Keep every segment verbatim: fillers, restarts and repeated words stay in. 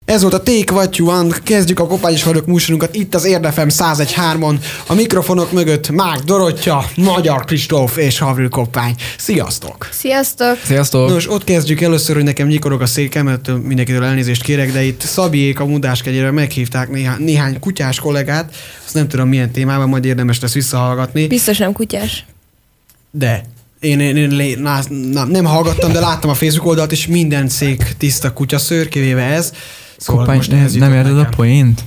Ez volt a Take What You Want, kezdjük a Kopány és Hallók műsorunkat itt az Érd ef em száz egy hármon. A mikrofonok mögött Mák Dorottya, Magyar Kristóf és Havril Koppány. Sziasztok! Sziasztok! Sziasztok! Nos, ott kezdjük először, hogy nekem nyikorog a székem, mert mindenkitől elnézést kérek, de itt Szabiék a Mudáskegyére meghívták néhány, néhány kutyás kollégát, azt nem tudom milyen témában, majd érdemes lesz visszahallgatni. Biztos nem kutyás. De... Én, én, én lé, ná, ná, nem hallgattam, de láttam a Facebook oldalt, és minden szék tiszta kutyaszőr, kivéve ez. Szóval Koppány, most nem, nem érted a poént?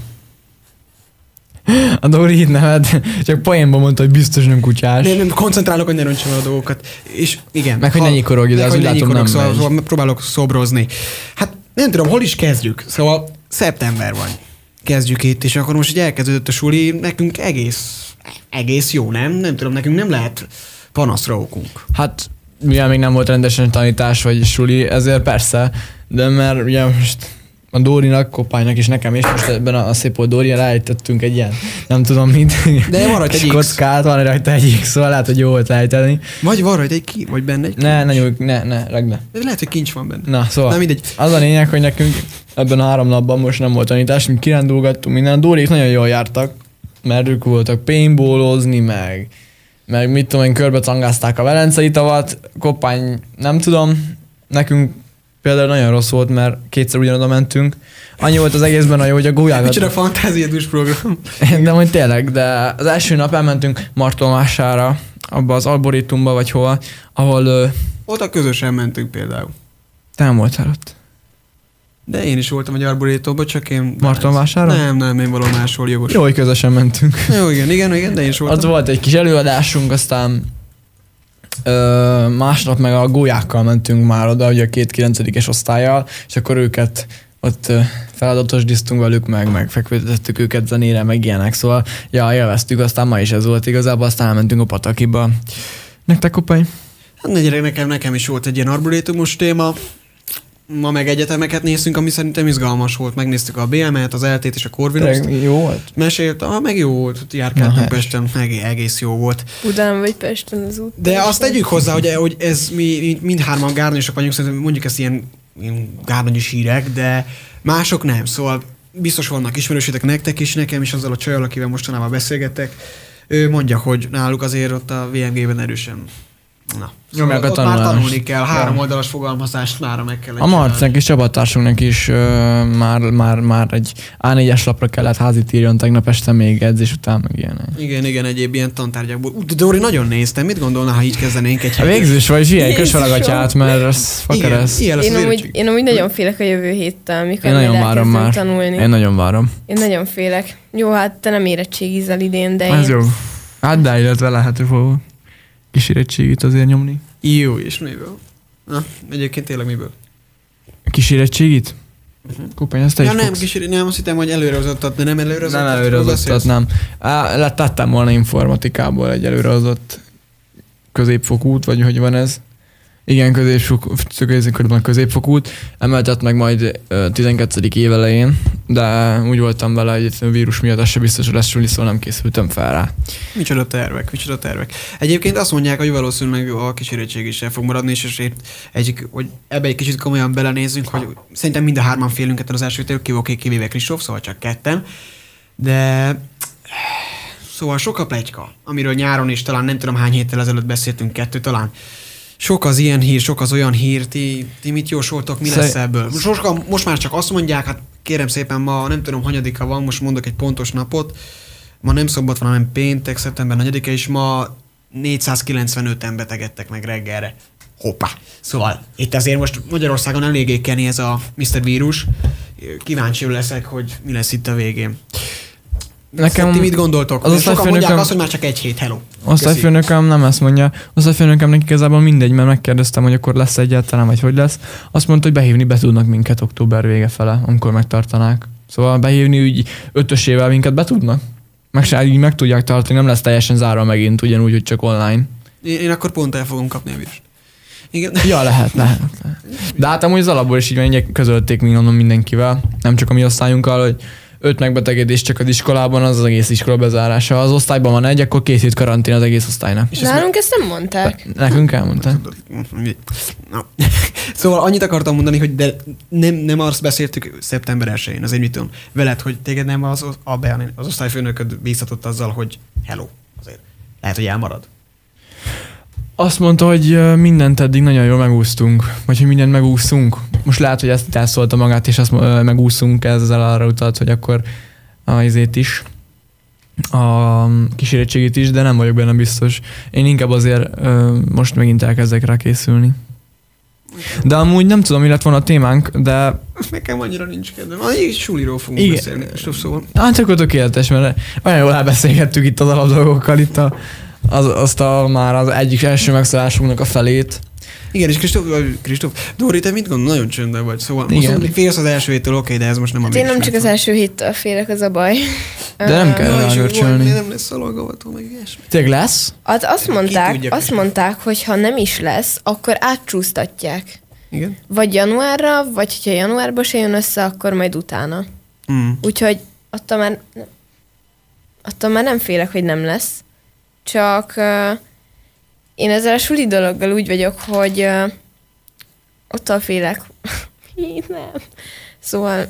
A Dori itt neved, csak poénban mondta, hogy biztos nem kutyás. Nem, nem koncentrálok, hogy ne rontsam a dolgokat. És igen. Meg, hogy ne nyikorogj, de az úgy látom nem szóval, megy. szóval próbálok szobrozni. Hát nem tudom, hol is kezdjük. Szóval szeptember van. Kezdjük itt, és akkor most így elkezdődött a suli, nekünk egész, egész jó, nem? Nem tudom, nekünk nem lehet panaszra okunk. Hát, mivel még nem volt rendesen tanítás vagy suli, ezért persze, de mert ugye most a Dórinak, Koppánynak és nekem is most ebben a, a szép old Dórián ráejtettünk egy ilyen, nem tudom mit. De van rajta egy X. Kockát, van rajta egy X, szóval lehet, hogy jó volt ráejteni. Vagy van rajta egy ki, vagy benne egy Ne, ne nyújj, ne, ne, ragd be. De lehet, hogy kincs van benne. Na, szóval, Na, mindegy. az a lényeg, hogy nekünk ebben a három napban most nem volt tanítás, mi kirándulgattunk minden, a Dórik nagyon jól jártak, mert ők voltak paintballozni, meg meg mit tudom én, körbe cangázták a velencei tavat, Koppány nem tudom, nekünk például nagyon rossz volt, mert kétszer ugyanoda mentünk. Annyi volt az egészben a jó, hogy a gólyákat... Micsoda fantáziadús program. De hogy tényleg, de az első nap elmentünk Martonvására, abba az Arborétumba vagy hova, ahol... Ö... Oda közösen mentünk például. Te nem voltál ott. De én is voltam egy Arborétumban, csak én... Martonvására? Nem, nem, én valahol máshol jogos. Jó, hogy közösen mentünk. Jó, igen, igen, igen, de én is voltam. Ott volt egy kis előadásunk, aztán ö, másnap meg a gólyákkal mentünk már oda, ugye a két kilencedikes osztályjal, és akkor őket ott ö, feladatosdiztunk velük, meg, meg fekvőtettük őket zenére, meg ilyenek, szóval ja, élveztük, aztán ma is ez volt igazából, aztán elmentünk a Patakiba. Nektek, Koppány? Hát ne, nekem, nekem is volt egy ilyen arborétumos téma. Ma meg egyetemeket néztünk, ami szerintem izgalmas volt. Megnéztük a bé em et, az el té-t és a Corvinust. Jó volt? Mesélt, ah, meg jó volt, járkáltunk Pesten, meg egész jó volt. Budán vagy Pesten az út. De azt tegyük hozzá, hogy, hogy ez mi mindhárman gárdanyosak vagyunk, szerintem mondjuk ezt ilyen, ilyen gárdanyos hírek, de mások nem. Szóval biztos vannak ismerősétek nektek is, nekem is azzal a csajjal, akivel mostanában beszélgettek. Ő mondja, hogy náluk azért ott a vé em gé-ben erősen. Na, szóval meg a ott már tanulás. tanulni kell, három Ja. oldalas fogalmazást mára meg kell. A Marcnek és csapatársunknak is uh, már, már, már egy á négyes lapra kellett házit írjon tegnap este még edzés után, meg ilyenek. Igen, igen, egyéb ilyen tantárgyakból. Ú, Dori, nagyon néztem, mit gondolnál, ha így kezdenénk egy A végzős vagy ilyen kösvalagatyát, mert ez Igen, fakeresz. ilyen lesz Én az amúgy, érettség. én amúgy nagyon félek a jövő héttel, mikor Én nagyon majd várom elkezdünk már. tanulni. Én nagyon várom. Én nagyon félek. Jó, hát te nem érettségizel idén, de Ez én... jó. Hát de illetve lehet, hogy fogok kis érettségit azért nyomni. Jó, és miből? Na, egyébként tényleg miből? Kis érettségit? Uh-huh. Koppány, azt te Ja, is nem, fogsz. kis, nem, azt hittem, hogy előrehozottat, de nem előrehozottat. Nem előrehozottat, nem. Á, letettem volna informatikából egy előrehozott középfokút, vagy hogy van ez. Igen, középfok, középfokút. Emeltet meg majd tizenkettedik év elején, de úgy voltam vele, hogy a vírus miatt az se biztos, hogy lesz suli, szóval nem készültem fel rá. Micsoda tervek, micsoda tervek. Egyébként azt mondják, hogy valószínűleg a kísérettség is el fog maradni, és azért egy, hogy ebbe egy kicsit komolyan belenézzünk, hogy szerintem mind a hárman félünk ettől az első téről, kivéve Kristóf, szóval csak ketten. De szóval sok a pletyka, amiről nyáron is talán nem tudom hány héttel ezelőtt beszéltünk, kettő talán. Sok az ilyen hír, sok az olyan hír, ti, ti mit jósoltok, mi lesz ebből? Sokan most már csak azt mondják, hát kérem szépen, ma nem tudom, hanyadika van, most mondok egy pontos napot, ma nem szombat van, hanem péntek, szeptember negyedike, és ma négyszázkilencvenöten betegedtek meg reggelre. Hoppá! Szóval itt azért most Magyarországon eléggé keni ez a miszter Vírus. Kíváncsi leszek, hogy mi lesz itt a végén. Nekem ti mit gondoltok? Az sokan mondják azt, hogy már csak egy hét, hello. Osztályfőnököm nem ezt mondja. Osztályfőnökömnek igazából mindegy, mert megkérdeztem, hogy akkor lesz egyáltalán, vagy hogy lesz. Azt mondta, hogy behívni be tudnak minket október vége fele, amikor megtartanák. Szóval behívni úgy ötösével minket be tudnak. Meg se így meg tudják tartani, nem lesz teljesen zárva megint, ugyanúgy, hogy csak online. Én, én akkor pont el fogom kapni a vírust. Igen. Ja, lehet, lehet, lehet. De hát amúgy az alapból is így van, így közölték mondom mindenkivel, nem csak a mi osztályunkkal, hogy öt megbetegedés csak az iskolában, az az egész iskola bezárása. Az osztályban van egy, akkor két hét karantén az egész osztálynak. És Nálunk ezt nem mondták. Nekünk elmondták. Na. Szóval annyit akartam mondani, hogy de nem, nem azt beszéltük szeptember elsején, azért mit tudom, veled, hogy téged nem az, az, az osztályfőnököd bíztatott azzal, hogy hello, azért lehet, hogy elmarad. Azt mondta, hogy mindent eddig nagyon jól megúsztunk, vagy hogy mindent megúszunk. Most lehet, hogy ezt elszólta magát, és azt megúszunk, ezzel arra utalt, hogy akkor a izét is, a kísérettségét is, de nem vagyok benne biztos. Én inkább azért most megint elkezdek rá készülni. De amúgy nem tudom, mi lett volna a témánk, de... Nekem annyira nincs kedvem. Ah, így suliról fogunk igen. beszélni. Szóval. Hát csak tökéletes, mert olyan jól elbeszélgettük itt az alapdolgokkal, itt a, az, azt a, már az egyik első megszállásunknak a felét. Igen, és Kristóf, Kristóf, Dóri, te mit gondol? Nagyon csöndben vagy, szóval most félsz az első héttől, oké, de ez most nem a hát én nem csak az első héttől félek, az a baj. De nem kell rágörcsölni. Nem lesz szalagavató, meg ilyesmi. Tényleg lesz? Hát azt mondták, azt mondták, hogy ha nem is lesz, akkor átcsúsztatják. Igen? Vagy januárra, vagy hogyha januárban se jön össze, akkor majd utána. Mm. Úgyhogy attól már, attól már nem félek, hogy nem lesz. Csak uh, én ezzel a suli dologgal úgy vagyok, hogy uh, attól félek. nem. Szóval...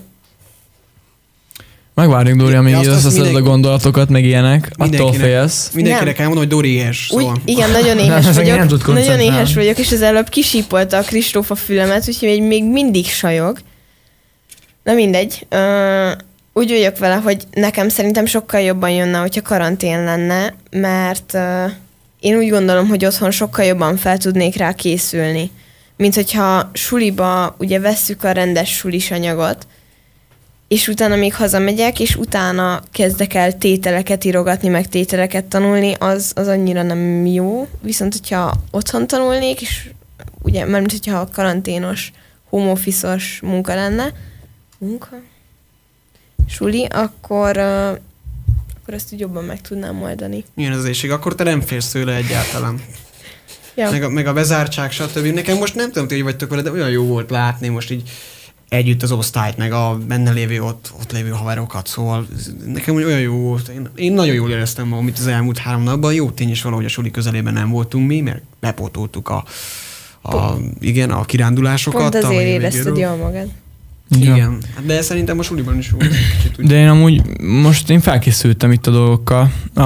Megvárjuk, Dóri, amíg összeszed a gondolatokat, meg ilyenek. Attól félsz. Mindenkinek elmondom, hogy Dóri éhes. Szóval. Úgy, igen, nagyon éhes vagyok. Nagyon éhes vagyok, és az előbb kisípolta a Kristóf a fülemet, úgyhogy még mindig sajog. Na mindegy. Uh, úgy vagyok vele, hogy nekem szerintem sokkal jobban jönne, hogyha karantén lenne, mert uh, én úgy gondolom, hogy otthon sokkal jobban fel tudnék rá készülni. Mint hogyha suliba ugye vesszük a rendes sulis anyagot, és utána még hazamegyek, és utána kezdek el tételeket írogatni, meg tételeket tanulni, az, az annyira nem jó. Viszont, hogyha otthon tanulnék, és ugye, mert hogyha a karanténos, home office-os munka lenne, munka, suli, akkor, uh, akkor ezt úgy jobban meg tudnám oldani. Milyen az éjség? Akkor te nem félsz tőle egyáltalán. Ja. Meg, a, meg a bezártság, stb. Nekem most nem tudom, hogy vagytok vele, de olyan jó volt látni most így együtt az osztályt, meg a benne lévő ott, ott lévő haverokat, szóval nekem olyan jó volt. Én, én nagyon jól éreztem magam itt az elmúlt három napban. Jó tény is valahogy a suli közelében nem voltunk mi, mert bepótoltuk a, a, igen, a kirándulásokat. Pont azért érezted jól magad. Igen, ja. De szerintem a suliban is volt. De én amúgy most én felkészültem itt a dolgokkal. A,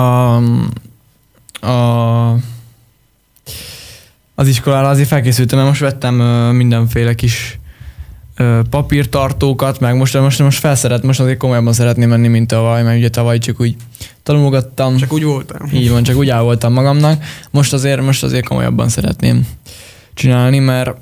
a, az iskolára azért felkészültem, mert most vettem mindenféle kis papírtartókat, meg most, most, most felszeret, most azért komolyabban szeretném menni, mint tavaly, mert ugye tavaly csak úgy tanulgattam. Csak úgy voltam. Így van, csak úgy áll voltam magamnak. Most azért, most azért komolyabban szeretném csinálni, mert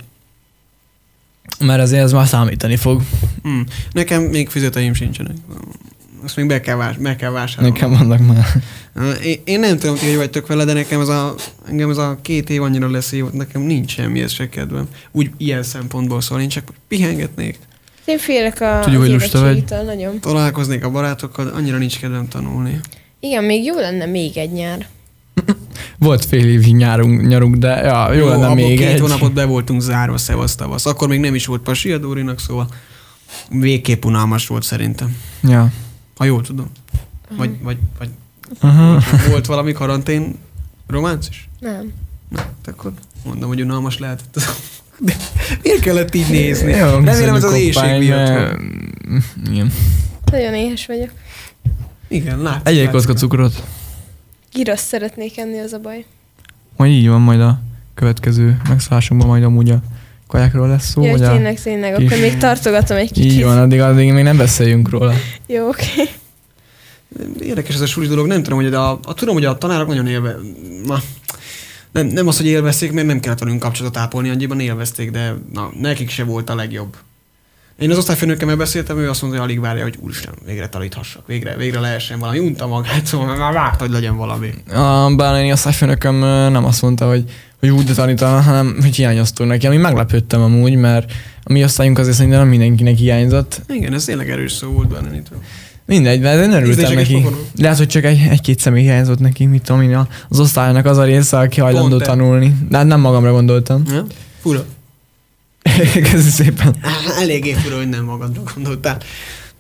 mert azért ez már számítani fog. Hmm. Nekem még fizeteim sincsenek. Azt még be kell, vás, be kell vásárolni. Nekem vannak már. Én, én nem tudom, hogy vagytok vele, de nekem ez a, engem ez a két év annyira lesz év, nekem nincs semmihez se kedvem. Úgy ilyen szempontból szól, én csak pihengetnék. Én félek a Tudjuk, hogy érettségitől nagyon. Találkoznék a barátokkal, annyira nincs kedvem tanulni. Igen, még jó lenne még egy nyár. Volt fél évi nyárunk, nyarunk, de ja, jó, jó lenne még két egy. két hónapot be voltunk zárva, szevasz tavasz. Akkor még nem is volt pasi a Dórinak, szóval végképp unalmas volt szerintem. Ja. Ha jól tudom. Vagy, vagy, vagy Aha. volt valami karantén románc is? Nem. Na, akkor mondom, hogy unalmas lehetett. De miért kellett így nézni? Jó, remélem ez az éjség miatt van. Igen. Nagyon éhes vagyok. Igen, lát. Egy kocka cukrot. Girosz szeretnék enni, az a baj. Majd így van, majd a következő megszállásunkban majd amúgy a kajákról lesz szó. Jaj, a tényleg, tényleg. kis... Akkor még tartogatom egy kicsit. Így van, addig, addig még nem beszéljünk róla. Jó, oké. Okay. Érdekes ez a sulis dolog, nem tudom, hogy a, a, tudom, hogy a tanárok nagyon élve... Na, nem, nem az, hogy élvezték, mert nem kellett velünk kapcsolatot ápolni, annyiban élvezték, de na, nekik se volt a legjobb. Én az osztályfőnökkel beszéltem, ő azt mondta, hogy alig várja, hogy úristen, végre taníthassak, végre, végre lehessen valami, unta magát, szóval már várta, hogy legyen valami. A bálányi osztályfőnököm nem azt mondta, hogy, hogy úgy de tanítana, hanem hogy hiányoztunk neki, ami meglepődtem amúgy, mert a mi osztályunk azért szerintem nem mindenkinek hiányzott. Igen, ez tényleg erős szó volt bennetől. Mindegy, mert én örültem neki. Lehet, hogy csak egy, egy-két személy hiányzott neki, mit tudom én, az osztálynak az a része, aki hajlandó tanulni. De hát nem magamra gondoltam. Ja? Fura. Köszönöm szépen. Eléggé fura, hogy nem magadra gondoltál.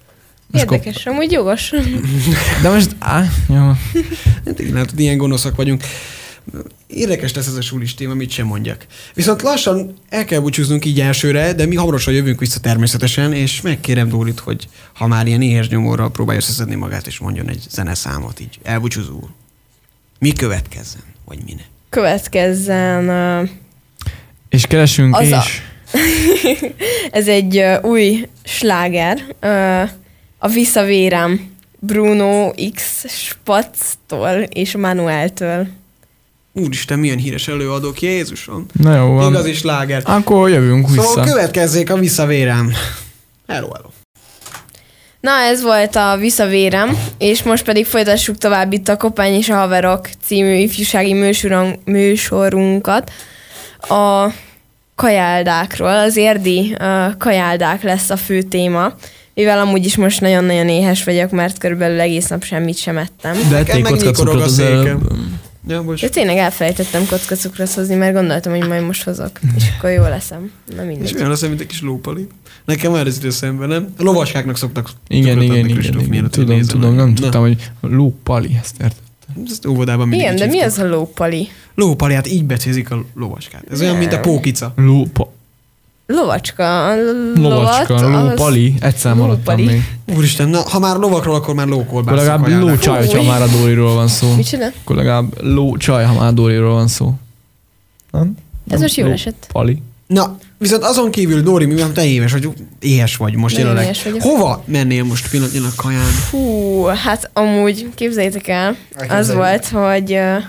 Érdekes, kop... amúgy jogos. De most, á, jó. Hát igen, hát ilyen gonoszak vagyunk. Érdekes lesz ez a sulis téma, mit sem mondjak. Viszont lassan el kell búcsúznunk így elsőre, de mi hamarosan jövünk vissza természetesen, és megkérem Dórit, hogy ha már ilyen éhes nyomorral próbálja összeszedni magát, és mondjon egy zeneszámot így elbúcsúzul. Mi következzen? Vagy mine? Következzen... Uh... És keresünk az és... A... ez egy uh, új sláger. Uh, a Visszavérem Bruno X Spatztól és Manueltől. Úristen, milyen híres előadók, Jézusom. Na jó van. Igazi sláger. Akkor jövünk vissza. Szóval következzék a Visszavérem. Hello, hello. Na, ez volt a Visszavérem, és most pedig folytassuk tovább itt a Koppány és a Haverok című ifjúsági műsorunk, műsorunkat. A kajáldákról, az érdi uh, kajáldák lesz a fő téma, mivel amúgy is most nagyon-nagyon éhes vagyok, mert körülbelül egész nap semmit sem ettem. De ették kockacukrot az előbb. Ja, De tényleg elfelejtettem kockacukrot hozni, mert gondoltam, hogy majd most hozok, és akkor jól leszem. Na mindegy. És olyan leszem, mint egy kis lópali. Nekem már ez idő szemben, nem? A lovaskáknak szoktak igen, igen, igen, igen, igen. Tudom, tudom, nem tudtam, hogy lópali, ezt értettem. Ezt óvodában mindig igen, de mi az a lópali? Lópali, hát így becézik a lovaskát. Ez nem. Olyan, mint a pókica. Lópa. Lovacska. Lovacska, lópali. Egyszer maradtam még. Úristen, na, ha már lovakról, akkor már lókolbászok. Legalább lócsaj, ha már a Dóriról van szó. Micsoda? Akkor legalább lócsaj, ha már a Dóriról van szó. Nem? Ez most jól esett. Pali. Na, viszont azon kívül, Dóri, mivel te éhes vagy, éhes vagy most jelenleg. Hova mennél most pillanatnyilag kaján? Hú, hát amúgy képzeljétek el, az volt, hogy uh,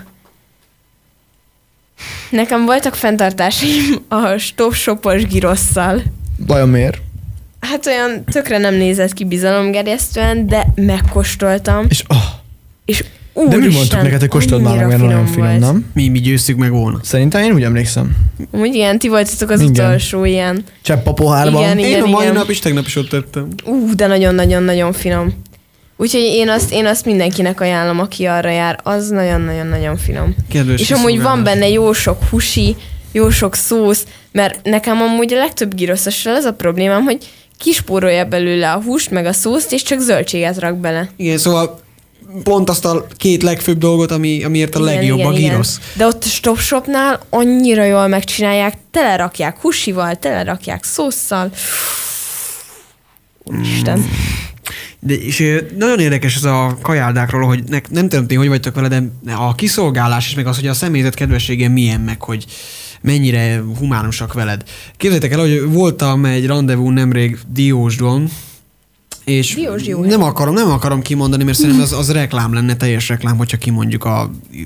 nekem voltak fenntartásaim a stop-shopos girosszal. Vajon miért? Hát olyan tökre nem nézett ki bizalomgerjesztően, de megkóstoltam. És oh. És Úristen, de mi mondtuk neked, hogy kóstold már meg, mert nagyon finom, nem? Mi, mi győztük meg volna. Szerintem én úgy emlékszem. Úgy igen, ti voltatok az igen. utolsó ilyen. Csepp a pohárban. Igen, igen, én a mai igen. nap is, tegnap is ott tettem. Ú, de nagyon-nagyon-nagyon finom. Úgyhogy én azt, én azt mindenkinek ajánlom, aki arra jár. Az nagyon-nagyon-nagyon finom. Kedves és amúgy van benne jó sok husi, jó sok szósz, mert nekem amúgy a legtöbb gyrosszassal az a problémám, hogy kispórolja belőle a húst, meg a szószt, és csak zöldséget rak bele. Igen, szóval pont azt a két legfőbb dolgot, ami, amiért a igen, legjobb igen, a gyrosz. De ott a Stop Shopnál annyira jól megcsinálják, telerakják husival, telerakják szósszal. Úristen. Mm. De, és nagyon érdekes ez a kajáldákról, hogy ne, nem tudom ti, hogy vagytok vele, de a kiszolgálás és meg az, hogy a személyzet kedvessége milyen, meg hogy mennyire humánusak veled. Képzeljétek el, hogy voltam egy rendezvún nemrég Diósdon, és Diós, jó, nem akarom, nem akarom kimondani, mert szerintem az, az reklám lenne, teljes reklám, hogyha kimondjuk a,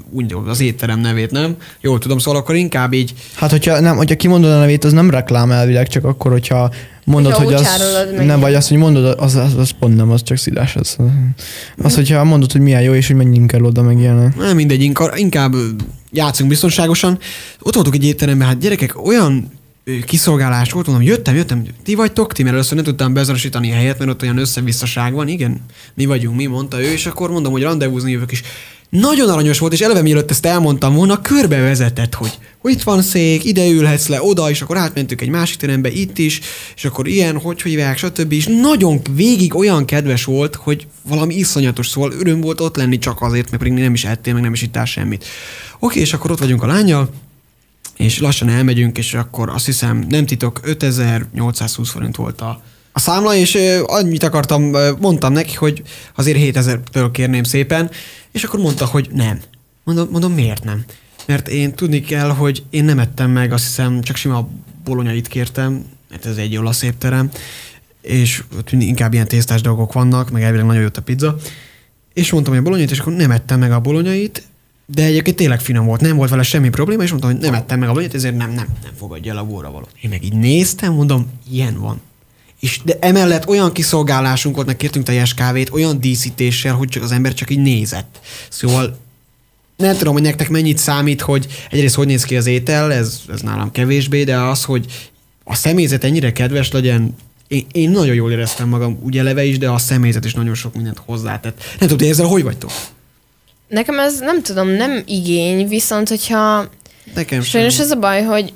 az étterem nevét, nem? Jól tudom, szóval akkor inkább így... Hát, hogyha, nem, hogyha kimondod a nevét, az nem reklám elvileg, csak akkor, hogyha mondod, hogyha hogy az... Nem, vagy azt, hogy mondod, az, az, az pont nem, az csak szidás. Az, az, hogyha mondod, hogy milyen jó, és hogy menjünk el oda, meg ilyenek. Nem mindegy, inkább játszunk biztonságosan. Ott voltunk egy étteremben, hát gyerekek, olyan kiszolgálás volt, mondom, jöttem, jöttem, ti vagytok, ti, mert először nem tudtam beazonosítani a helyet, mert ott olyan összevisszaság van, igen, mi vagyunk, mi, mondta ő, és akkor mondom, hogy randevúzni jövök is. Nagyon aranyos volt, és eleve mielőtt ezt elmondtam volna, körbe vezetett, hogy, hogy itt van szék, ide ülhetsz le, oda, és akkor átmentünk egy másik terembe, itt is, és akkor ilyen, hogy hívják, stb. És nagyon végig olyan kedves volt, hogy valami iszonyatos, szóval öröm volt ott lenni csak azért, mert pedig nem is ettél, meg nem is ittál semmit. Oké, és akkor ott vagyunk a lánnyal, és lassan elmegyünk, és akkor azt hiszem, nem titok, ötezer-nyolcszázhúsz forint volt a, a számla, és uh, annyit akartam, uh, mondtam neki, hogy azért hétezertől kérném szépen, és akkor mondta, hogy nem. Mondom, mondom, miért nem? Mert én tudni kell, hogy én nem ettem meg, azt hiszem, csak sima bolonyait kértem, mert ez egy olasz étterem, és ott inkább ilyen tésztás dolgok vannak, meg elvileg nagyon jót a pizza, és mondtam, hogy a bolonyait, és akkor nem ettem meg a bolonyait, de egyébként tényleg finom volt, nem volt vele semmi probléma, és mondtam, hogy nem ettem meg a bolonyait, ezért nem, nem, nem fogadja el a bóra valót. Én meg így néztem, mondom, ilyen van. És de emellett olyan kiszolgálásunk volt, meg kértünk teljes kávét, olyan díszítéssel, hogy csak az ember csak így nézett. Szóval nem tudom, hogy nektek mennyit számít, hogy egyrészt hogy néz ki az étel, ez, ez nálam kevésbé, de az, hogy a személyzet ennyire kedves legyen, én, én nagyon jól éreztem magam úgy eleve is, de a személyzet is nagyon sok mindent hozzátett. Nem tudom, ezzel hogy vagytok? Nekem ez nem tudom, nem igény, viszont hogyha... Nekem sajnos sem. Ez a baj, hogy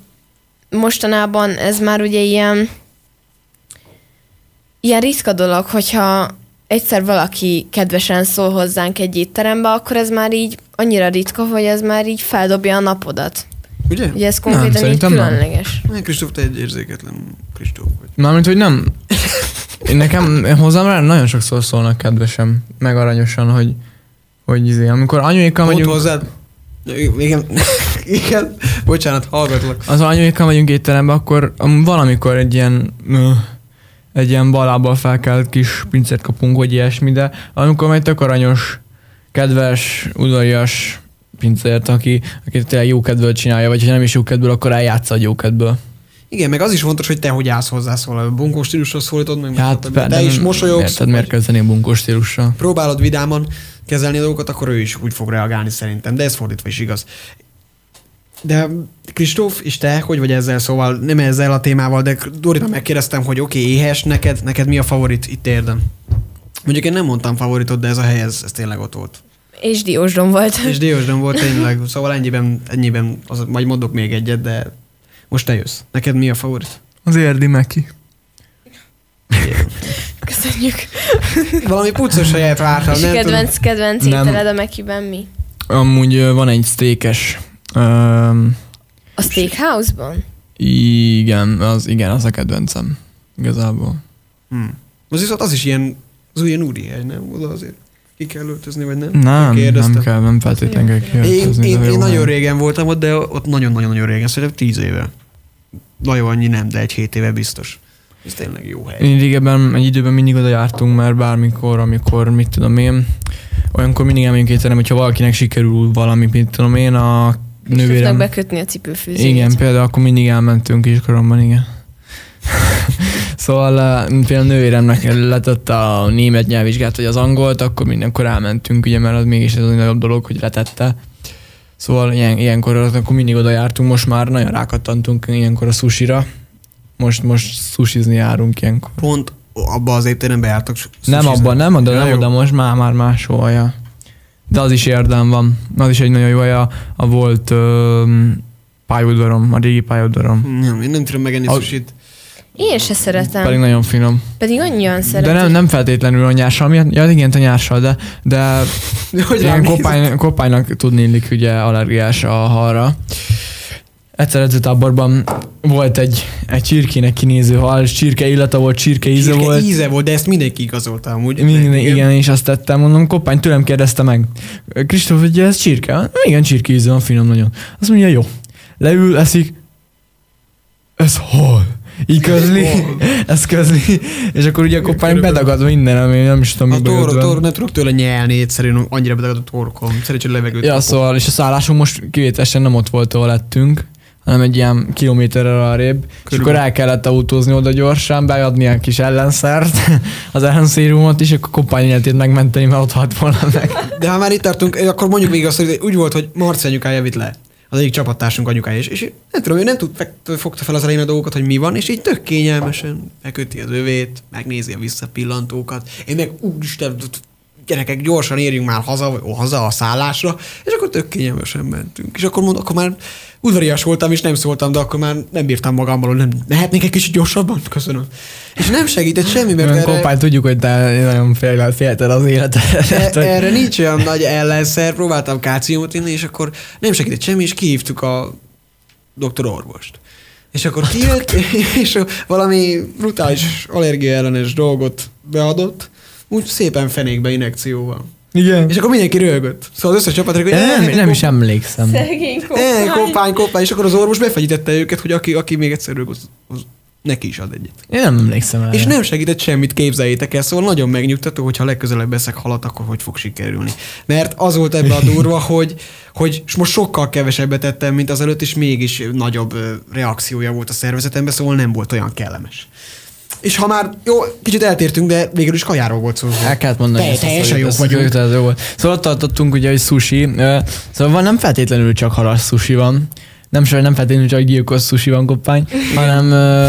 mostanában ez már ugye ilyen ilyen ritka dolog, hogyha egyszer valaki kedvesen szól hozzánk egy étterembe, akkor ez már így annyira ritka, hogy ez már így feldobja a napodat. Ugye? Ugye ez konkrétan nem, így különleges. Nem, Kristóf, te egy érzéketlen Kristóf vagy. Mármint, hogy nem. Én nekem hozzám rá nagyon sokszor szólnak kedvesen, meg aranyosan, hogy, hogy izé, amikor anyuékkal Pont megyünk... hozzád? Igen, igen, bocsánat, hallgatlak. Az anyuékkal megyünk étterembe, akkor valamikor egy ilyen... egy ilyen balábbal felkelt kis pincét kapunk, hogy ilyesmi, de amikor majd tök aranyos, kedves, udvarias pincért, aki, aki tényleg jó kedvből csinálja, vagy ha nem is jó kedvből, akkor eljátsza a jó kedvből. Igen, meg az is fontos, hogy te hogy állsz hozzá, szóval a bunkós stílusra szólítod meg, hát, te nem, is mosolyogsz. Érted, miért kezdeni bunkós stílusra? Próbálod vidáman kezelni a dolgokat, akkor ő is úgy fog reagálni szerintem, de ez fordítva is igaz. De Kristóf, és te, hogy vagy ezzel, szóval nem ezzel a témával, de Dorita megkérdeztem, hogy oké, okay, éhes, neked, neked mi a favorit itt érdem? Mondjuk én nem mondtam favoritot, de ez a hely, ez, ez tényleg ott volt. És Diósdon volt. És Diósdon volt tényleg, szóval ennyiben, ennyiben az, majd mondok még egyet, de most te jössz. Neked mi a favorit? Az érdi Meki. Köszönjük. Valami puccos helyet vártam. És kedvenc, kedvenc ételed a Mekiben mi? Amúgy van egy steakes. Um, a Steakhouse-ban? Igen, az, igen, az a kedvencem. Igazából. Hmm. Az viszont az is ilyen, az ilyen úri hely, nem? Oda azért ki kell öltözni, vagy nem? Nem, nem kell, nem feltétlenül kell kiöltözni. Én, én, én nagyon régen voltam ott, de ott nagyon-nagyon-nagyon régen, szerintem tíz éve. Nagyon annyi nem, de egy hét éve biztos. Ez tényleg jó hely. Én régebben egy időben mindig oda jártunk, mert bármikor, amikor, mit tudom én, olyankor mindig elmegyünk étterem, hogyha valakinek sikerül valami, mit tudom én, a nővérem... bekötni a cipőfűzőt. Igen, például akkor mindig elmentünk kiskoromban, igen. Szóval például a nővéremnek letette a német nyelvvizsgát, vagy az angolt, akkor mindenkor elmentünk, ugye, mert az mégis ez a nagyobb dolog, hogy letette. Szóval ilyen, ilyenkor akkor mindig oda jártunk, most már nagyon rákattantunk ilyenkor a sushira. Most, most sushizni járunk ilyenkor. Pont abban az étterembe jártak sushizni? Nem abban, nem oda, nem oda, most már, már máshol, ja. De az is érdem van. Az is egy nagyon jó hely, a, a volt ö, pályaudvarom, a régi pályaudvarom. Nem, én nem tudom megenni a sushit. Én se szeretem. Pedig nagyon finom. Pedig annyian szeretem. De nem, nem feltétlenül a nyársal miatt. Ja, igen, a nyársal, de, de ilyen kopály, kopálynak tudni illik ugye allergiás a halra. Egyszer edzőtáborban volt egy, egy csirkének kinéző hal, és csirke illata volt, csirke íze csirke volt. íze volt, de ezt mindenki igazolta amúgy. Minden, igen. igen, és azt tettem, mondom, kopány tőlem kérdezte meg. Kristóf, hogy ez csirke? Igen, csirke íze van, finom nagyon. Azt mondja, jó. Leül, eszik. Ez hal. Így közli, ez közli, és akkor ugye a kopány bedagad minden, ami nem is tudom, a tór, tór, nem tudok tőle nyelni, egyszerűen annyira bedagad a torkom. Szerencsére levegőt Ja, kapok. szóval, és a szállásunk most kivételesen nem ott volt, ahol lettünk, hanem egy ilyen kilométerrel arrébb, és akkor el kellett autózni oda gyorsan, beadni egy kis ellenszert, az ellenszérumot is, akkor kopány életét megmenteni, mert ott halt volna meg. De ha már itt tartunk, akkor mondjuk még azt, hogy úgy volt, hogy Marci anyukája vitt le. Az egyik csapattársunk anyukája is, és nem tudom, ő nem tud, fogta fel az elején a dolgokat, hogy mi van, és így tök kényelmesen megköti az övét, megnézi a visszapillantókat. Én meg úristen, gyerekek, gyorsan érjünk már haza, vagy haza a szállásra, és akkor tök kényelmesen mentünk. És akkor, mond, akkor már udvarias voltam, és nem szóltam, de akkor már nem bírtam magammal, hogy nem mehetnék egy kicsit gyorsabban? Köszönöm. És nem segített semmi, mert erre... Kopány, tudjuk, hogy te nagyon félted az életedet. E- erre nincs olyan nagy ellenszer, próbáltam káciumot inni, és akkor nem segített semmi, és kihívtuk a doktor orvost. És akkor kijött, és valami brutális allergia ellenes dolgot beadott, úgy szépen fenékbe injekcióval. Igen. És akkor mindenki röhögött. Szóval az összes csapat hogy nem, nem, nem is emlékszem. Szegény kopány. E, kopány, kopány. És akkor az orvos befegyítette őket, hogy aki, aki még egyszer röhög, az, az neki is ad egyet. Én nem emlékszem el. És nem segített semmit, képzeljétek el, szóval nagyon megnyugtató, hogyha legközelebb eszek halat, akkor hogy fog sikerülni. Mert az volt ebbe a durva, hogy, hogy most sokkal kevesebbet tettem, mint az előtt, és mégis nagyobb reakciója volt a szervezetemben, szóval nem volt olyan kellemes. És ha már, jó, kicsit eltértünk, de végül is kajáról volt szó. El kellett mondani. Te, teljesen jók vagyunk. Jó volt. Szóval ott tartottunk ugye, hogy sushi. Szóval nem feltétlenül csak halas sushi van. Nem, nem feltétlenül csak gyilkos sushi van, kopány, hanem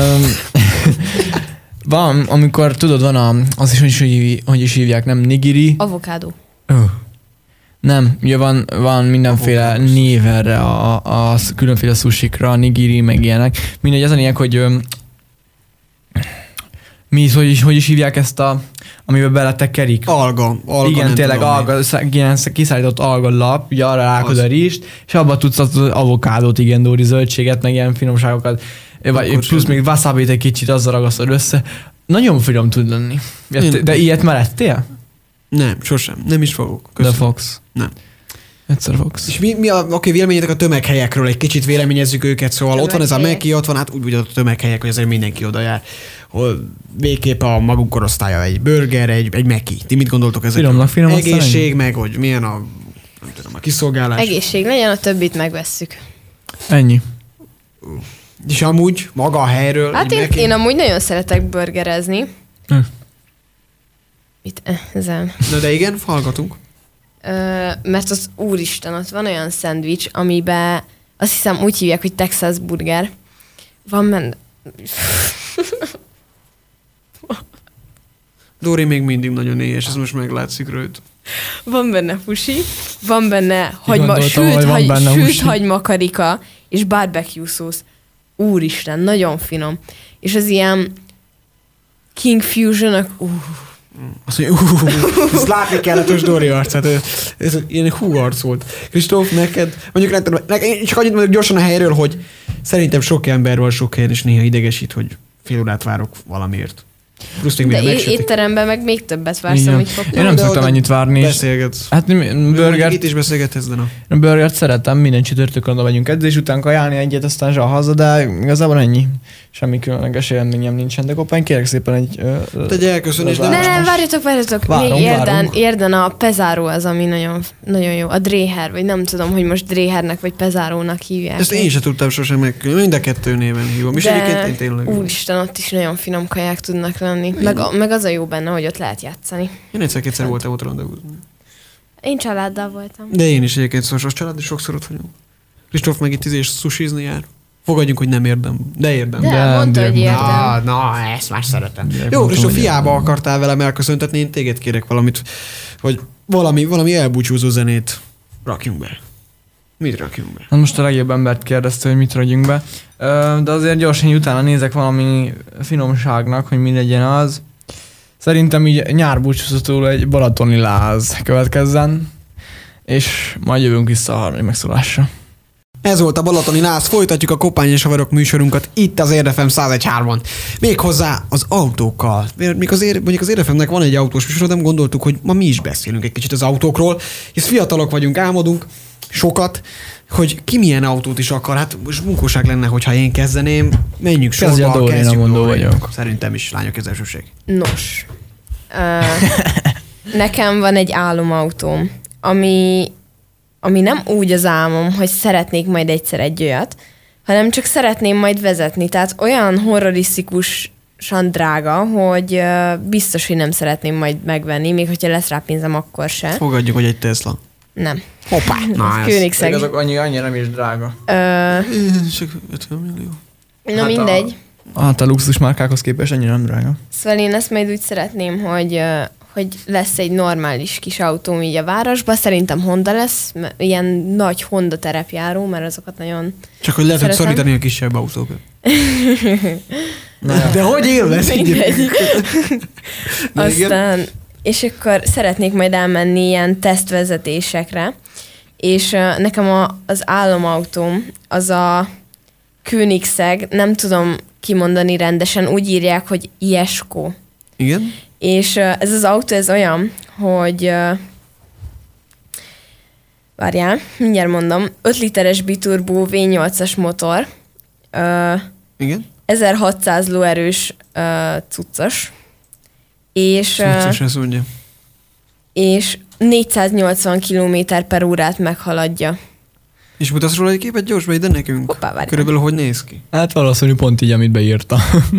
van, amikor tudod, van a, az is, hogy is, hogy, hogy is hívják, nem nigiri. Avokádó. Oh. Nem, ugye van, van mindenféle avokádó név erre a, a, a különféle sushikra, nigiri, meg ilyenek. Mindegy, az a lényeg, hogy Mi is, hogy is, hogy is hívják ezt a, amiben beletekerik? Alga. alga Igen, tényleg alga, ilyen kiszállított alga lap, ugye arra rákod a rizst, és abba tudsz az avokádót, igen, Dóri, zöldséget, meg ilyen finomságokat, vagy plusz még wasabi-t egy kicsit, azzal ragasztod össze. Nagyon finom tud lenni. Én... De ilyet már ettél? Nem, sosem. Nem is fogok. Köszönöm. De fogsz. Nem. Egyszer fogsz. És mi, mi a oké, véleményetek a tömeghelyekről? Egy kicsit véleményezzük őket, szóval ott van ez a Meki, ott van hát úgy, úgy a tömeghelyek, hogy azért mindenki oda jár. Hol végképp a maguk korosztálya egy burger, egy, egy Meki. Ti mit gondoltok ezekről? Finomnak, finom, egészség, meg hogy milyen a, nem tudom, a kiszolgálás. Egészség legyen, a többit megvesszük. Ennyi. És amúgy maga a helyről... Hát én, én amúgy nagyon szeretek burgerezni. Hm. Mit ezen? Na de igen, hallgatunk. Ö, mert az úristen, ott van olyan szendvics, amiben azt hiszem úgy hívják, hogy Texas burger. Van benne... Dóri még mindig nagyon éhes, ez most meglátszik rőt. Van benne fusi, van benne hagyma, sült, hagy, benne sült hagymakarika és barbecue szósz. Úristen, nagyon finom. És az ilyen King Fusion-ok, uh. Azt mondja, uh, ezt látni kellett most Dóri arcát. Ez, ez ilyen hú arc volt. Kristóf, neked, mondjuk neked, én csak annyit mondjuk gyorsan a helyről, hogy szerintem sok ember van sok helyen, és néha idegesít, hogy fél órát várok valamiért. De é- étteremben meg még többet vársz, amit fogtam. Én nem szoktam ennyit várni. Beszélgetsz. Hát burgert... Itt is beszélgethetsz, de na. A burgert szeretem, minden csütörtökön oda megyünk edzés után kajálni egyet, aztán zsal haza, de igazából ennyi. Semmi különleges élményem nincsen, de Koppány, kérek szépen egy... Egy elköszönés, de... Ne, nem, várjatok, várjatok. Várom, még érden, érden a Pezáró az, ami nagyon, nagyon jó. A Dréher, vagy nem tudom, hogy most Dréhernek vagy Pezárónak hívják. Ezt én sem tudtam sosem meg. Mind a kettő néven hívom. És egyébként én tényleg... Úristen, ott is nagyon finom kaják tudnak lenni. Meg, meg az a jó benne, hogy ott lehet játszani. Én egyszer-kétszer voltam ott randevúzni. Én családdal voltam. De én is egyébként szoros család, és sokszor ott vagyunk. Kristóf meg itt és sushizni jár. Fogadjunk, hogy nem érdem. De érdem. De, de mondta, hogy érdem. Na, na, ezt már szeretem. De jó, Kristóf, fiába akartál velem elköszöntetni, én téged kérek valamit, hogy valami, valami elbúcsúzó zenét rakjunk be. Mit rakjunk be? Hát most a legjobb embert kérdezte, hogy mit rakjunk be. De azért gyorsan utána nézek valami finomságnak, hogy mi legyen az. Szerintem így nyárbúcsúzatól egy balatoni láz következzen, és majd jövünk vissza a harmadik megszólásra. Ez volt a Balatoni Láz, folytatjuk a Koppány és Haverok műsorunkat itt az Érd ef em száz egy hármon. Méghozzá az autókkal. Még az ér, mondjuk az Érd ef emnek van egy autós műsor, de gondoltuk, hogy ma mi is beszélünk egy kicsit az autókról, hisz fiatalok vagyunk, álmodunk sokat, hogy ki milyen autót is akar. Hát most munkóság lenne, hogyha én kezdeném. Menjünk sorba, Dóri, kezdjük mondó vagyok. Szerintem is lányok ez elsőség. Nos. Uh, nekem van egy álomautóm, ami... ami nem úgy az álmom, hogy szeretnék majd egyszer egy olyat, hanem csak szeretném majd vezetni. Tehát olyan horrorisztikusan drága, hogy biztos, hogy nem szeretném majd megvenni, még hogyha lesz rá pénzem, akkor se. Fogadjuk, hogy egy Tesla. Nem. Hoppá! Na, Koenigsegg. Azok annyi, annyira nem is drága. Ö... Csak ötven millió. Na hát mindegy. A, hát a luxus márkákhoz képest annyira nem drága. Szóval én ezt majd úgy szeretném, hogy... hogy lesz egy normális kis autóm így a városban. Szerintem Honda lesz, ilyen nagy Honda terepjáró, mert azokat nagyon Csak hogy lehet, hogy szorítani a kisebb autókat. De hogy élvez? Aztán, és akkor szeretnék majd elmenni ilyen tesztvezetésekre, és uh, nekem a, az álomautóm az a Koenigsegg, nem tudom kimondani rendesen, úgy írják, hogy Jesko. Igen? És uh, ez az autó, ez olyan, hogy uh, várjál, mindjárt mondom, öt literes biturbó vé nyolcas motor, uh, igen? ezerhatszáz lóerős uh, cuccos, és, cuccos, uh, ez mondja. És négyszáznyolcvan kilométer per órát meghaladja. És mutatsz róla egy képet gyorsba ide nekünk? Hoppá, körülbelül hogy néz ki? Hát valószínű pont így, amit beírta.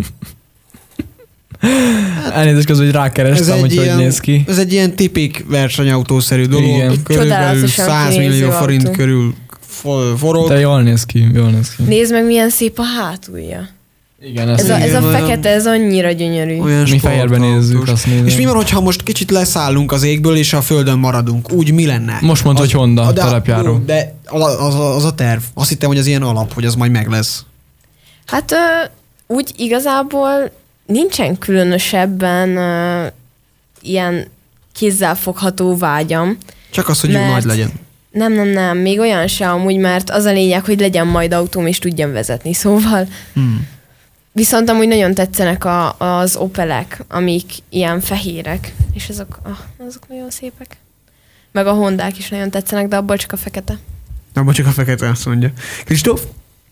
Hát, elnézést közben, hogy rákerestem, hogy ilyen, hogy néz ki. Ez egy ilyen tipik versenyautószerű dolog. Igen. Körülbelül száz millió forint autó. Körül forog. De jól néz ki, jól néz ki. Nézd meg, milyen szép a hátulja. Igen, ez, igen, a, ez a fekete, ez annyira gyönyörű. Olyan mi fehérben nézzük, azt nézem. És mi van, hogyha most kicsit leszállunk az égből, és a földön maradunk? Úgy mi lenne? Most mondta, hogy Honda, telepjáró. De az, az, az a terv. Azt hittem, hogy az ilyen alap, hogy az majd meg lesz. Hát úgy igazából nincsen különösebben uh, ilyen kézzelfogható vágyam. Csak az, hogy mert... nagy legyen. Nem, nem, nem, még olyan se amúgy, mert az a lényeg, hogy legyen majd autóm, és tudjam vezetni, szóval. Hmm. Viszont amúgy nagyon tetszenek a, az Opelek, amik ilyen fehérek, és azok, ah, azok nagyon szépek. Meg a Hondák is nagyon tetszenek, de abból csak a fekete. Abból csak a fekete, azt mondja. Kristóf?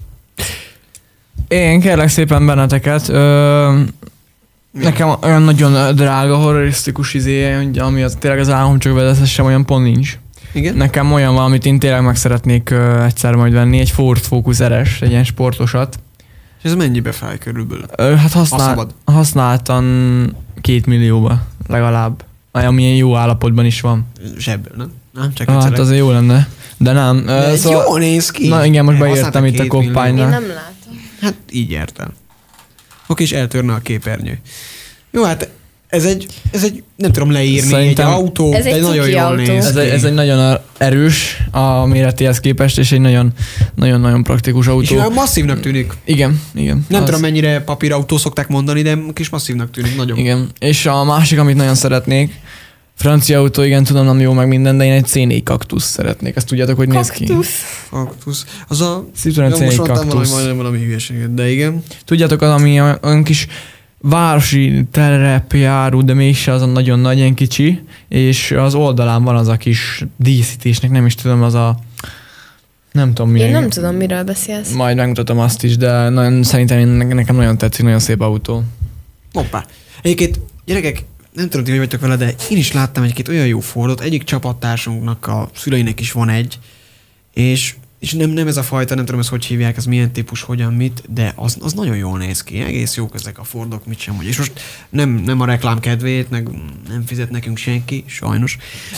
Én kérlek szépen benneteket. Ö, nekem olyan nagyon drága, horrorisztikus izé, ami az tényleg az álom, csak vezetessem, olyan pont nincs. Igen? Nekem olyan van, amit én tényleg meg szeretnék ö, egyszer majd venni, egy Ford Focus er es, egy ilyen sportosat. És ez mennyibe fáj körülbelül? Ö, hát használ, használtan két millióba legalább. Amilyen jó állapotban is van. Zsebből, nem? Nem, csak ah, hát azért jó lenne. De nem. De szóval, jó néz ki. Na igen, most beírtam itt a koppánynál. Én nem látom. Hát így értem. Oké, és eltörne a képernyő. Jó, hát ez egy, ez egy nem tudom leírni, szerintem egy autó, ez de egy nagyon jól autó. néz ez egy, ez egy nagyon erős a méretéhez képest, és egy nagyon, nagyon-nagyon praktikus autó. És olyan masszívnak tűnik. Igen, igen. Nem az... tudom, mennyire papírautó szokták mondani, de kis masszívnak tűnik, nagyon. Igen, és a másik, amit nagyon szeretnék, francia autó, igen, tudom, nem jó meg minden, de én egy cé négy kaktusz szeretnék. Ezt tudjátok, hogy néz ki? Kaktusz. Kaktusz. Az a... Citroen cé négy kaktusz. Valami, valami hülyeséget, de igen. Tudjátok, az, ami olyan kis városi terepjáró, de mégse az a nagyon nagy, ilyen kicsi, és az oldalán van az a kis díszítésnek, nem is tudom, az a... Nem tudom, milyen... Én nem tudom, miről beszélsz. Majd megmutatom azt is, de nagyon, szerintem én, nekem nagyon tetszik, nagyon szép autó. Hoppá. Egyébként, gyerekek, nem tudom, ti hogy vagytok vele, de én is láttam egy-két olyan jó Fordot, egyik csapattársunknak a szüleinek is van egy, és, és nem, nem ez a fajta, nem tudom, ezt hogy hívják, ez milyen típus, hogyan, mit, de az, az nagyon jól néz ki, egész jók ezek a Fordok, mit sem mondja. És most nem, nem a reklám kedvéért, meg nem fizet nekünk senki, sajnos.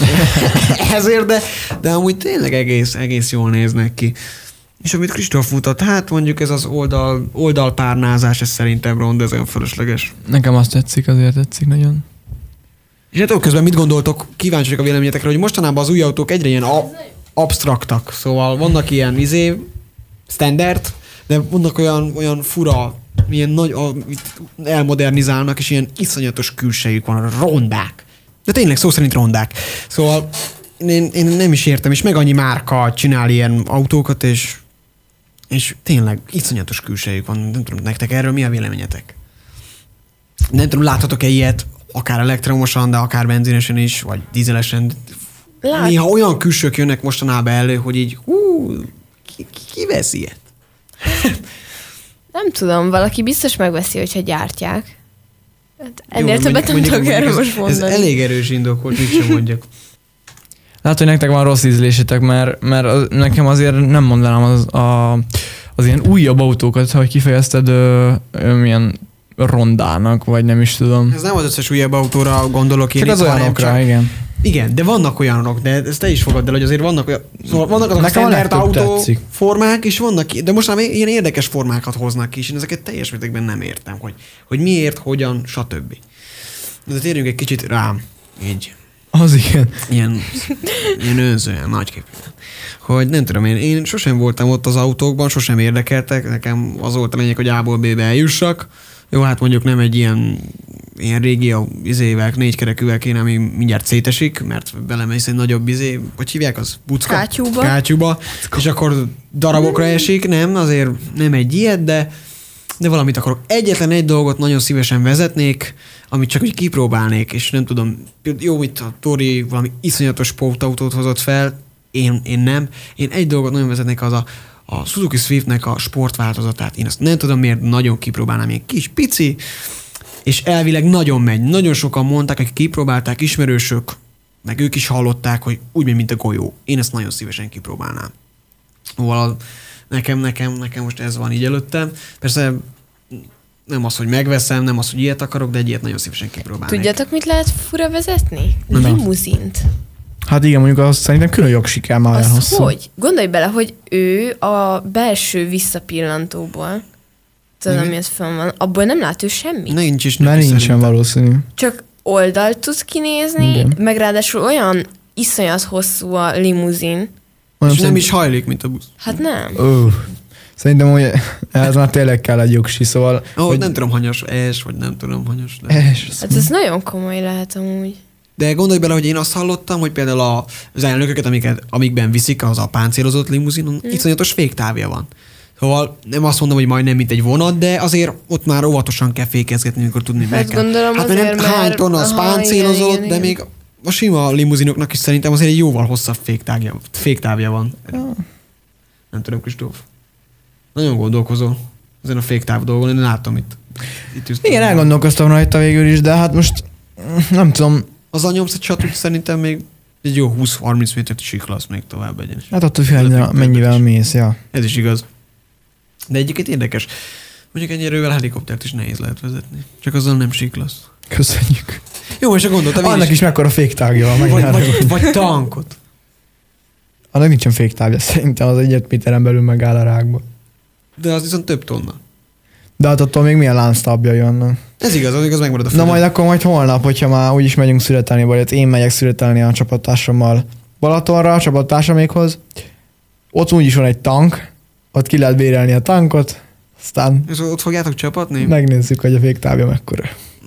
Ezért, de, de amúgy tényleg egész, egész jól néznek ki. És amit Kristóf mutat, hát mondjuk ez az oldal, oldalpárnázás, ez szerintem rond, ez olyan fölösleges. Nekem azt tetszik, azért tetszik nagyon. És hát közben mit gondoltok, kíváncsiak a véleményetekre, hogy mostanában az új autók egyre ilyen a- absztraktak. Szóval vannak ilyen izé, standard, de vannak olyan, olyan fura, milyen nagy, a, elmodernizálnak, és ilyen iszonyatos külsejük van, rondák. De tényleg szó szerint rondák. Szóval én, én nem is értem, és meg annyi márka csinál ilyen autókat, és, és tényleg iszonyatos külsejük van. Nem tudom, nektek erről mi a véleményetek? Nem tudom, láthatok-e ilyet, akár elektromosan, de akár benzinesen is, vagy dízelesen. Lát. Néha olyan külsők jönnek mostanában elő, hogy így hú, ki, ki, ki vesz ilyet? Nem tudom, valaki biztos megveszi, hogyha gyártják. Hát ennél jó, többet nem tudok erről most mondani. Ez elég erős indok volt, mit sem mondjak. Lehet, hogy nektek van rossz ízlésetek, mert, mert az, nekem azért nem mondanám az, a, az ilyen újabb autókat, hogy kifejezted ö, ö, milyen rondának, vagy nem is tudom. Ez nem az összes újabb autóra gondolok én. Csak az olyanokra, csak... igen. Igen, de vannak olyanok, de ezt te is fogadd el, hogy azért vannak olyan, szóval vannak azok a standard autó tetszik. Formák, és vannak, de most már ilyen érdekes formákat hoznak ki, és én ezeket teljes mértékben nem értem, hogy, hogy miért, hogyan, stb. De térjünk egy kicsit rám, így. Az igen. Ilyen, ilyen önzően, nagyképűen. Hogy nem tudom, én, én sosem voltam ott az autókban, sosem érdekeltek, nekem az volt a lényeg, hogy A-ból B-be eljussak. Jó, hát mondjuk nem egy ilyen, ilyen régi izével, négykerekűvel kéne, ami mindjárt szétesik, mert belemész egy nagyobb izé, hogy hívják az? Bucka? Kátyúba. Kátyúba. És akkor darabokra esik, nem, azért nem egy ilyet, de, de valamit akarok. Egyetlen egy dolgot nagyon szívesen vezetnék, amit csak úgy kipróbálnék, és nem tudom, jó, itt a Tori valami iszonyatos sportautót hozott fel, én, én nem. Én egy dolgot nagyon vezetnék, az a a Suzuki Swiftnek a sportváltozatát. Én azt nem tudom miért, nagyon kipróbálnám, ilyen kis pici, és elvileg nagyon megy. Nagyon sokan mondták, akik kipróbálták, ismerősök, meg ők is hallották, hogy úgy megy, mint a golyó. Én ezt nagyon szívesen kipróbálnám. Szóval nekem, nekem, nekem most ez van így előttem. Persze nem az, hogy megveszem, nem az, hogy ilyet akarok, de egy ilyet nagyon szívesen kipróbálnék. Tudjátok, mit lehet fura vezetni? Limuzint. Hát igen, mondjuk azt szerintem külön jogsik kell már olyan hosszú. Hogy? Gondolj bele, hogy ő a belső visszapillantóból, tudom, mi ez fönn van, abból nem lát ő semmit. Nincs is. Mert nincsen valószínű. Csak oldalt tudsz kinézni, igen. Meg ráadásul olyan iszonyat hosszú a limuzin. És nem is hajlik, mint a busz. Hát nem. Ö, Szerintem, hogy ez már tényleg kell egy jogsi, szóval... Ó, hogy... nem tudom, hanyas es, vagy nem tudom, hanyas. De... Es, hát ez nagyon komoly lehet amúgy. De gondolj bele, hogy én azt hallottam, hogy például a, az elnököket, amiket, amikben viszik, az a páncélozott limuzinon, hmm. iszonyatos féktávja van. Szóval nem azt mondom, hogy majdnem mint egy vonat, de azért ott már óvatosan kell fékezgetni, amikor tudni meg kell. Gondolom hát azért, nem hány tonna az páncélozott, igen, igen, de igen. még a sima limuzinoknak is szerintem azért egy jóval hosszabb féktávja, féktávja van. Ja. Nem tudom, Kristóf. Nagyon gondolkozol ezen a féktáv dolgon, én látom itt. itt igen, elgondolkoztam rajta végül is, de hát most nem tudom. Az a nyomsz egy csatút szerintem még egy jó húsz-harminc métert siklasz még tovább egyenes. Hát attól függően mennyivel mész, ja. Ez is igaz. De egyébként érdekes. Mondjuk ennyi erővel helikoptert is nehéz lehet vezetni. Csak azzal nem siklasz. Köszönjük. Jó, és gondoltam annak is, is mekkora féktávja van. Vagy, vagy, vagy tankot. Annak nincsen féktávja, szerintem az egy öt méteren belül megáll a rákba. De az viszont több tonna. De hát attól még milyen lánctábjai vannak. Ez igaz, az igaz, megmarad a földön. Na majd akkor majd holnap, hogyha már úgyis megyünk születelni, vagy én megyek születelni a csapattársammal Balatonra, a csapattársamékhoz. Ott úgyis van egy tank, ott ki lehet bérelni a tankot, aztán... És ott fogjátok csapatni? Megnézzük, hogy a féktávja mekkora.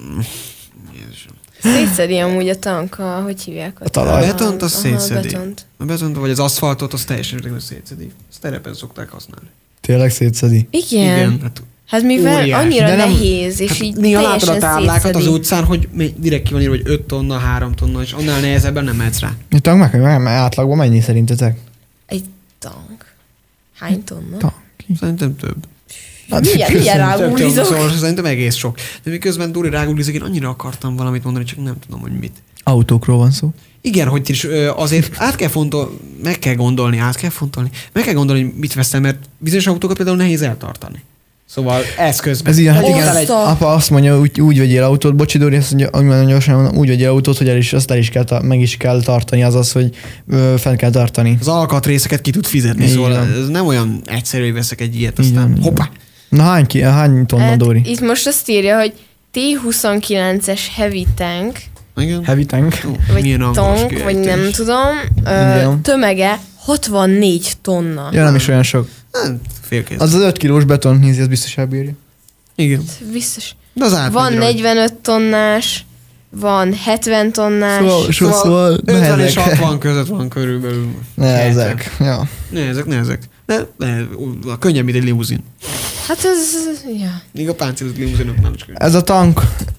Szétszedi amúgy a tank, a, hogy hívják? A talaj. A betont az szétszedi. A betont. A betont, vagy az aszfaltot, az teljesen szétszedi. Ezt terepen szokták használni. Tényleg szétszedi? Igen. Igen. Hát, hát mivel óriás. Annyira nem, nehéz, és hát így néha látod a táblákat az utcán, hogy direkt ki van írva, hogy öt tonna, három tonna, és annál nehezebben nem mehetsz rá. A tank meg, meg átlagban mennyi szerintetek? Egy tank. Hány tonna? Tank. Szerintem több. Hát milyen, milyen rágulizok? Szóval szerintem egész sok. De miközben Dóri rágulizik, én annyira akartam valamit mondani, csak nem tudom, hogy mit. Autókról van szó. Igen, hogy is azért át kell fontolni, meg kell gondolni, át kell fontolni, meg kell gondolni, hogy mit veszem, mert bizonyos autókat például nehéz eltartani. Szóval eszközben. Ez ilyen, hát igen, egy... apa azt mondja, úgy, úgy vegyél autót, bocsi Dóri, azt mondja, úgy, gyorsan mondom, úgy vegyél autót, hogy el is, azt el is kell, meg is kell tartani, azaz, hogy ö, fent kell tartani. Az alkatrészeket ki tud fizetni, igen. Szóval ez nem olyan egyszerű, hogy veszek egy ilyet, aztán igen. Hoppá. Na hány, ki, hány tonna, hát, Dóri? Itt most azt írja, hogy té huszonkilences heavy tank. Igen? Heavy tank? Ó, vagy tank, vagy nem tudom. Ö, tömege hatvannégy tonna. Ja, nem is olyan sok. Hát, félkész. Az az öt kilós beton hízi, az biztos elbírja. Igen. Biztos. De az van negyvenöt tonnás, van hetven tonnás. Szóval, szóval, szóval ötven és hatvan között van körülbelül. Nehezek. Ja. Nehezek, nehezek. De, de könnyebb, mint egy limuzin. Hát ez, ja. Még a páncélozott limuzinoknál is könnyebb. Ez a tank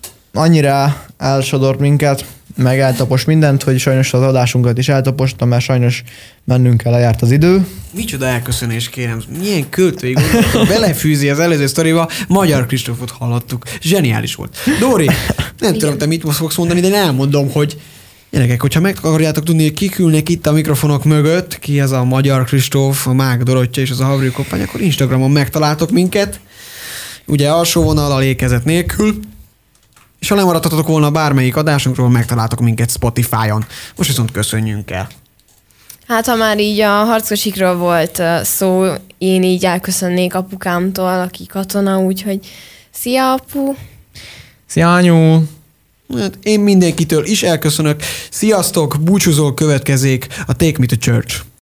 annyira elsodort minket, meg eltapos mindent, hogy sajnos az adásunkat is eltapostam, mert sajnos mennünk kell, lejárt az idő. Micsoda elköszönés, kérem. Milyen költői gondolatot belefűzi az előző sztoriba. Magyar Kristófot hallottuk. Zseniális volt. Dóri, nem tudom, te mit most fogsz mondani, de én elmondom, hogy gyerekek, hogyha meg akarjátok tudni, hogy kik ülnek itt a mikrofonok mögött, ki ez a Magyar Kristóf, a Mák Dorottya és az a Havri Koppány, akkor Instagramon megtaláltok minket. Ugye alsó vonal ékezet nélkül. És ha lemaradtatok volna bármelyik adásunkról, megtaláltok minket Spotify-on. Most viszont köszönjünk el. Hát, ha már így a harckocsikról volt szó, én így elköszönnék apukámtól, aki katona, úgyhogy szia, apu! Szia, anyu! Hát én mindenkitől is elköszönök. Sziasztok, búcsúzó következik a Take Me to Church.